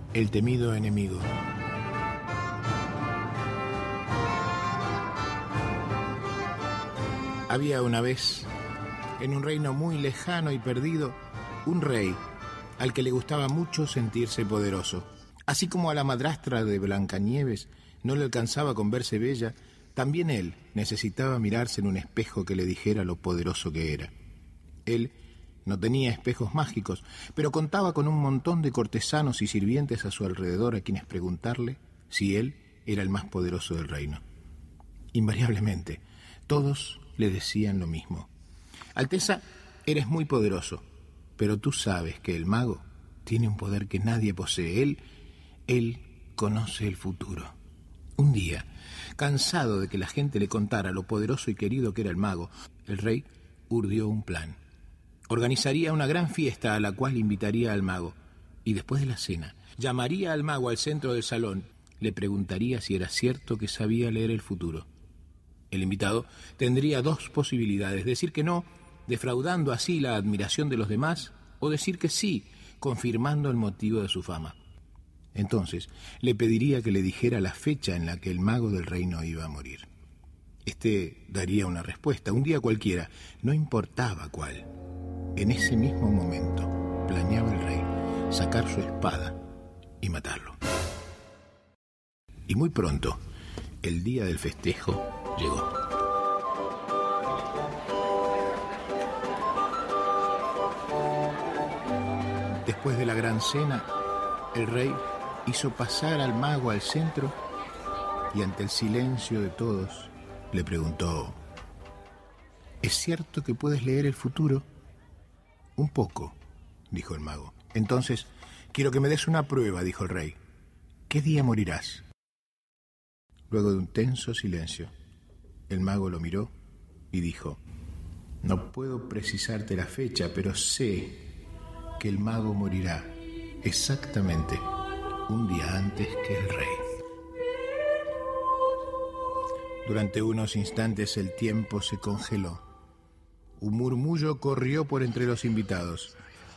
El temido enemigo. Había una vez, en un reino muy lejano y perdido, un rey al que le gustaba mucho sentirse poderoso. Así como a la madrastra de Blancanieves no le alcanzaba con verse bella, también él necesitaba mirarse en un espejo que le dijera lo poderoso que era. Él no tenía espejos mágicos, pero contaba con un montón de cortesanos y sirvientes a su alrededor a quienes preguntarle si él era el más poderoso del reino. Invariablemente, todos le decían lo mismo. Alteza, eres muy poderoso, pero tú sabes que el mago tiene un poder que nadie posee. Él conoce el futuro. Un día, cansado de que la gente le contara lo poderoso y querido que era el mago, el rey urdió un plan. Organizaría una gran fiesta a la cual invitaría al mago, y después de la cena, llamaría al mago al centro del salón, le preguntaría si era cierto que sabía leer el futuro. El invitado tendría dos posibilidades: decir que no, defraudando así la admiración de los demás, o decir que sí, confirmando el motivo de su fama. Entonces le pediría que le dijera la fecha en la que el mago del reino iba a morir. Este daría una respuesta, un día cualquiera, no importaba cuál. En ese mismo momento planeaba el rey sacar su espada y matarlo. Y muy pronto, el día del festejo llegó. Después de la gran cena, el rey hizo pasar al mago al centro y, ante el silencio de todos, le preguntó: ¿es cierto que puedes leer el futuro? Un poco, dijo el mago. Entonces, quiero que me des una prueba, dijo el rey. ¿Qué día morirás? Luego de un tenso silencio, el mago lo miró y dijo: no puedo precisarte la fecha, pero sé que el mago morirá exactamente un día antes que el rey. Durante unos instantes el tiempo se congeló. Un murmullo corrió por entre los invitados.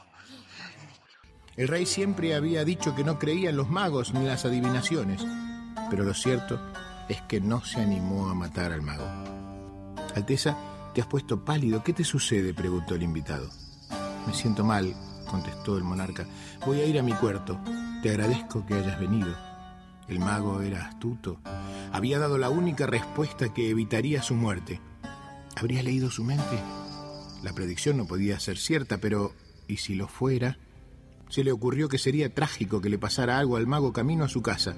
El rey siempre había dicho que no creía en los magos ni en las adivinaciones, pero lo cierto es que no se animó a matar al mago. Alteza, te has puesto pálido. ¿Qué te sucede?, preguntó el invitado. Me siento mal, contestó el monarca. Voy a ir a mi cuarto. Te agradezco que hayas venido. El mago era astuto. Había dado la única respuesta que evitaría su muerte. ¿Habría leído su mente? La predicción no podía ser cierta, pero ¿y si lo fuera? Se le ocurrió que sería trágico que le pasara algo al mago camino a su casa.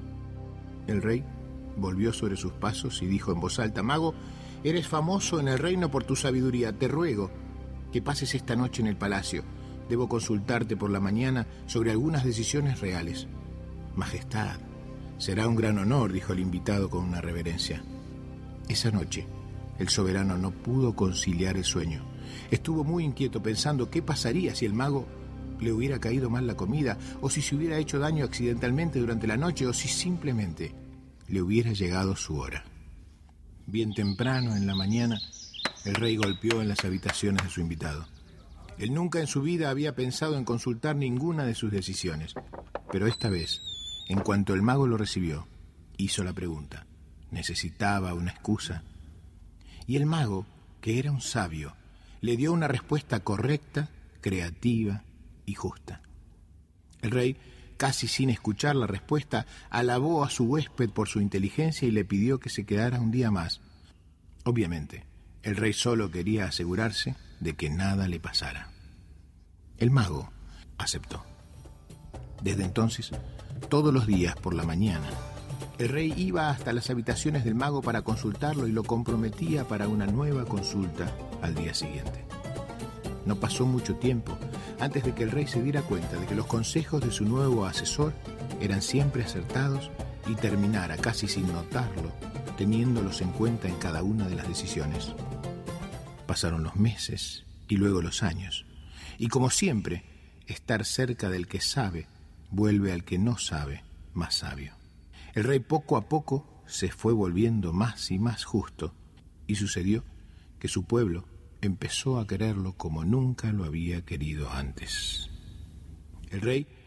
El rey volvió sobre sus pasos y dijo en voz alta: mago, eres famoso en el reino por tu sabiduría. Te ruego que pases esta noche en el palacio. Debo consultarte por la mañana sobre algunas decisiones reales. Majestad, será un gran honor, dijo el invitado con una reverencia. Esa noche, el soberano no pudo conciliar el sueño. Estuvo muy inquieto pensando qué pasaría si el mago le hubiera caído mal la comida, o si se hubiera hecho daño accidentalmente durante la noche, o si simplemente le hubiera llegado su hora. Bien temprano en la mañana, el rey golpeó en las habitaciones de su invitado. Él nunca en su vida había pensado en consultar ninguna de sus decisiones, pero esta vez, en cuanto el mago lo recibió, hizo la pregunta. Necesitaba una excusa. Y el mago, que era un sabio, le dio una respuesta correcta, creativa y justa. El rey, casi sin escuchar la respuesta, alabó a su huésped por su inteligencia y le pidió que se quedara un día más. Obviamente, el rey solo quería asegurarse de que nada le pasara. El mago aceptó. Desde entonces, todos los días por la mañana, el rey iba hasta las habitaciones del mago para consultarlo y lo comprometía para una nueva consulta al día siguiente. No pasó mucho tiempo antes de que el rey se diera cuenta de que los consejos de su nuevo asesor eran siempre acertados y terminara, casi sin notarlo, teniéndolos en cuenta en cada una de las decisiones. Pasaron los meses y luego los años, y como siempre, estar cerca del que sabe vuelve al que no sabe más sabio. El rey poco a poco se fue volviendo más y más justo, y sucedió que su pueblo empezó a quererlo como nunca lo había querido antes. El rey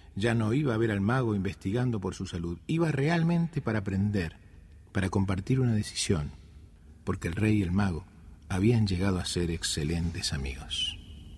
ya no iba a ver al mago investigando por su salud. Iba realmente para aprender, para compartir una decisión, porque el rey y el mago habían llegado a ser excelentes amigos.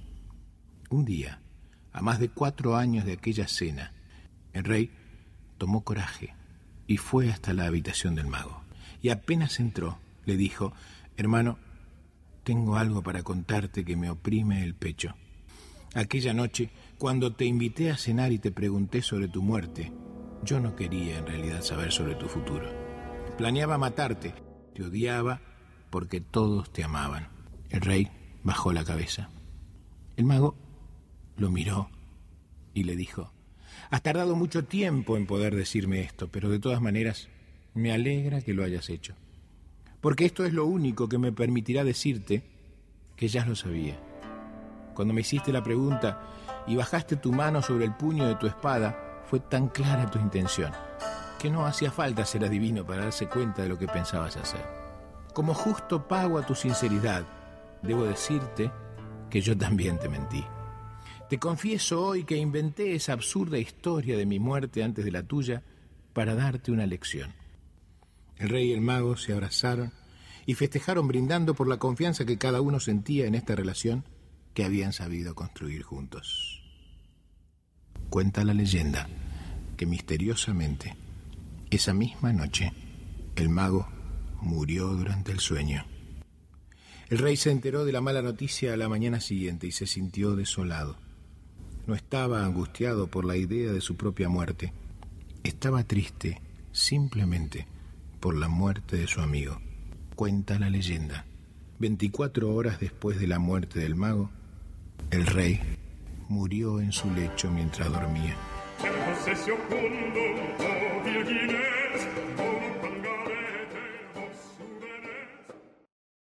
Un día, a más de 4 años de aquella cena, el rey tomó coraje y fue hasta la habitación del mago. Y apenas entró, le dijo: hermano, tengo algo para contarte que me oprime el pecho. Aquella noche, cuando te invité a cenar y te pregunté sobre tu muerte, yo no quería en realidad saber sobre tu futuro. Planeaba matarte, te odiaba porque todos te amaban. El rey bajó la cabeza. El mago lo miró y le dijo: has tardado mucho tiempo en poder decirme esto, pero de todas maneras me alegra que lo hayas hecho, porque esto es lo único que me permitirá decirte que ya lo sabía. Cuando me hiciste la pregunta y bajaste tu mano sobre el puño de tu espada, fue tan clara tu intención que no hacía falta ser adivino para darse cuenta de lo que pensabas hacer. Como justo pago a tu sinceridad, debo decirte que yo también te mentí. Te confieso hoy que inventé esa absurda historia de mi muerte antes de la tuya para darte una lección. El rey y el mago se abrazaron y festejaron brindando por la confianza que cada uno sentía en esta relación que habían sabido construir juntos. Cuenta la leyenda que misteriosamente, esa misma noche, el mago murió durante el sueño. El rey se enteró de la mala noticia a la mañana siguiente y se sintió desolado. No estaba angustiado por la idea de su propia muerte. Estaba triste simplemente por la muerte de su amigo. Cuenta la leyenda, 24 horas después de la muerte del mago, el rey murió en su lecho mientras dormía.